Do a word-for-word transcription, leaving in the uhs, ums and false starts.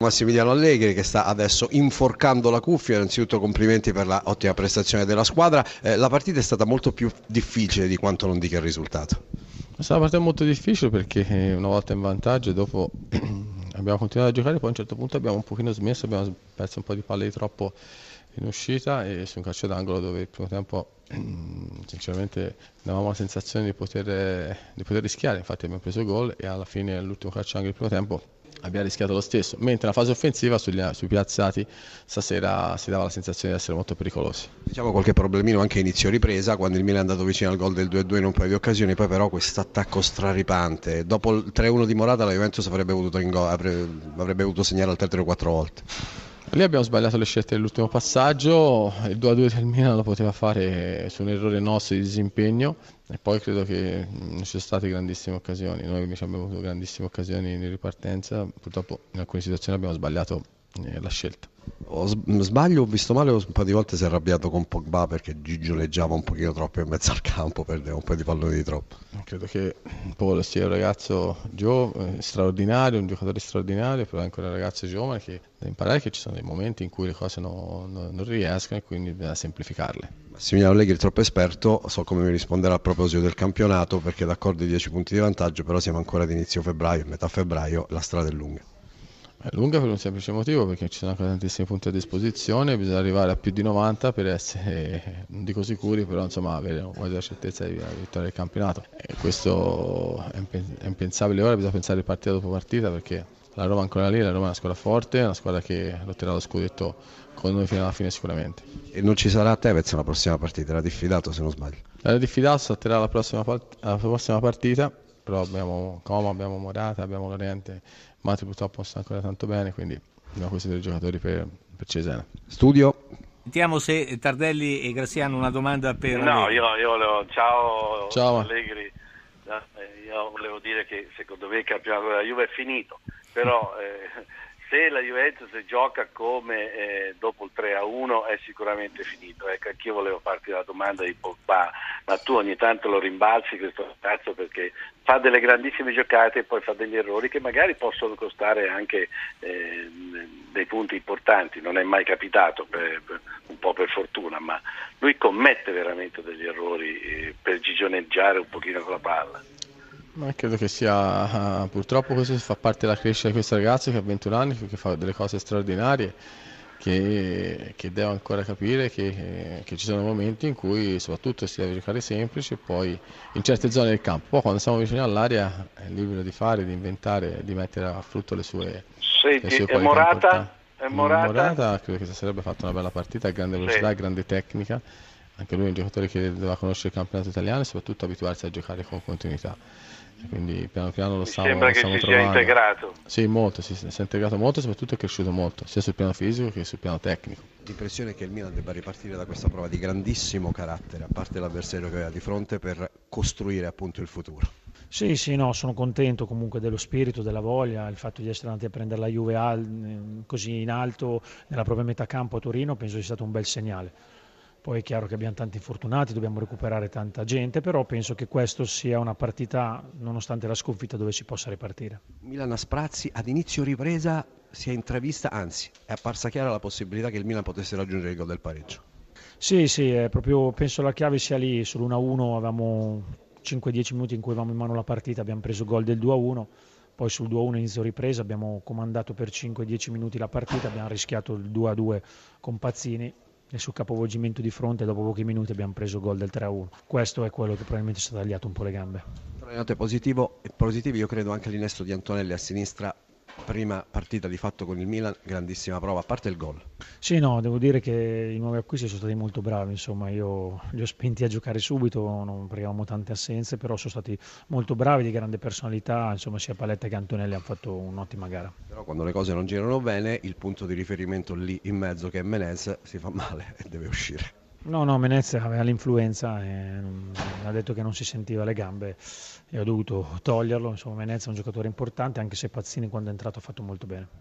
Massimiliano Allegri che sta adesso inforcando la cuffia. Innanzitutto complimenti per la ottima prestazione della squadra. Eh, la partita è stata molto più difficile di quanto non dica il risultato. È stata una partita molto difficile perché una volta in vantaggio dopo abbiamo continuato a giocare, poi a un certo punto abbiamo un pochino smesso, abbiamo perso un po' di palle di troppo in uscita e su un calcio d'angolo dove il primo tempo sinceramente avevamo la sensazione di poter, di poter rischiare, infatti abbiamo preso gol e alla fine all'ultimo calcio d'angolo del primo tempo abbiamo rischiato lo stesso, mentre nella fase offensiva sugli, sui piazzati stasera si dava la sensazione di essere molto pericolosi. Diciamo qualche problemino anche a inizio ripresa, quando il Milan è andato vicino al gol del due a due in un paio di occasioni, poi però questo attacco straripante. Dopo il tre a uno di Morata la Juventus avrebbe voluto, avrebbe voluto segnare al terzo quattro volte. Lì abbiamo sbagliato le scelte dell'ultimo passaggio, il due a due del Milan lo poteva fare su un errore nostro di disimpegno e poi credo che non ci sono state grandissime occasioni, noi invece abbiamo avuto grandissime occasioni in ripartenza, purtroppo in alcune situazioni abbiamo sbagliato la scelta. Ho sbaglio, ho visto male, un po' di volte si è arrabbiato con Pogba perché gigioleggiava un pochino troppo in mezzo al campo, perdeva un po' di palloni di troppo. Credo che Paolo sia un ragazzo giovane, straordinario, un giocatore straordinario, però è ancora un ragazzo giovane che deve imparare che ci sono dei momenti in cui le cose non, non, non riescono e quindi bisogna semplificarle. Massimiliano Allegri è troppo esperto, so come mi risponderà a proposito del campionato perché d'accordo i dieci punti di vantaggio, però siamo ancora ad inizio febbraio, metà febbraio, la strada è lunga. È lunga per un semplice motivo, perché ci sono ancora tantissimi punti a disposizione, bisogna arrivare a più di novanta per essere, non dico sicuri, però insomma avere quasi la certezza di vittoria del campionato. E questo è impensabile ora, bisogna pensare partita dopo partita perché la Roma è ancora lì, la Roma è una squadra forte, è una squadra che lotterà lo scudetto con noi fino alla fine sicuramente. E non ci sarà Tevez la prossima partita, era diffidato se non sbaglio. Era diffidato, salterà la prossima, la prossima partita. Però abbiamo Como, abbiamo Morata, abbiamo Lorente, Matri purtroppo non sta ancora tanto bene, quindi abbiamo questi tre giocatori per, per Cesena. Studio. Sentiamo se Tardelli e Graziano una domanda per... No, io, io volevo... Ciao, Ciao. Allegri, io volevo dire che secondo me il campionato della Juve è finito, però... Eh, se la Juventus gioca come eh, dopo il tre a uno è sicuramente finito. Ecco, anch'io volevo farti la domanda di Pogba, ma tu ogni tanto lo rimbalzi questo ragazzo perché fa delle grandissime giocate e poi fa degli errori che magari possono costare anche eh, dei punti importanti, non è mai capitato, per, per, un po' per fortuna, ma lui commette veramente degli errori eh, per gigioneggiare un pochino con la palla. Ma credo che sia, purtroppo questo fa parte della crescita di questo ragazzo che ha ventuno anni, che fa delle cose straordinarie, che, che deve ancora capire che, che ci sono momenti in cui soprattutto si deve giocare semplice e poi in certe zone del campo, poi quando siamo vicini all'area è libero di fare, di inventare, di mettere a frutto le sue, Senti, le sue e Morata? E Morata? Morata credo che sarebbe fatto una bella partita, a grande velocità, sì. grande tecnica, anche lui è un giocatore che doveva conoscere il campionato italiano e soprattutto abituarsi a giocare con continuità. Quindi piano piano lo stiamo, sembra lo stiamo che si trovando. sia integrato. Sì, molto, si, si è integrato molto e soprattutto è cresciuto molto, sia sul piano fisico che sul piano tecnico. L'impressione è che il Milan debba ripartire da questa prova di grandissimo carattere, a parte l'avversario che aveva di fronte, per costruire appunto il futuro. Sì, sì, no, sono contento comunque dello spirito, della voglia, il fatto di essere andati a prendere la Juve al, così in alto nella propria metà campo a Torino, penso sia stato un bel segnale. Poi è chiaro che abbiamo tanti infortunati, dobbiamo recuperare tanta gente, però penso che questo sia una partita, nonostante la sconfitta, dove si possa ripartire. Milan a sprazzi, ad inizio ripresa si è intravista, anzi è apparsa chiara la possibilità che il Milan potesse raggiungere il gol del pareggio. Sì, sì, è proprio, penso la chiave sia lì, sull'uno a uno avevamo cinque dieci minuti in cui avevamo in mano la partita, abbiamo preso il gol del due a uno, poi sul due a uno inizio ripresa abbiamo comandato per cinque dieci minuti la partita, abbiamo rischiato il due a due con Pazzini e sul capovolgimento di fronte dopo pochi minuti abbiamo preso il gol del tre a uno. Questo è quello che probabilmente ci ha tagliato un po' le gambe. Tra le note positivo e positivi io credo anche l'innesto di Antonelli a sinistra, prima partita di fatto con il Milan, grandissima prova, a parte il gol. Sì, no, devo dire che i nuovi acquisti sono stati molto bravi, insomma io li ho spinti a giocare subito, non perché avevamo tante assenze, però sono stati molto bravi, di grande personalità, insomma sia Paletta che Antonelli hanno fatto un'ottima gara. Però quando le cose non girano bene, il punto di riferimento lì in mezzo che è Menez si fa male e deve uscire. No, no, Menez aveva l'influenza e ha detto che non si sentiva le gambe e ho dovuto toglierlo, insomma Menez è un giocatore importante anche se Pazzini quando è entrato ha fatto molto bene.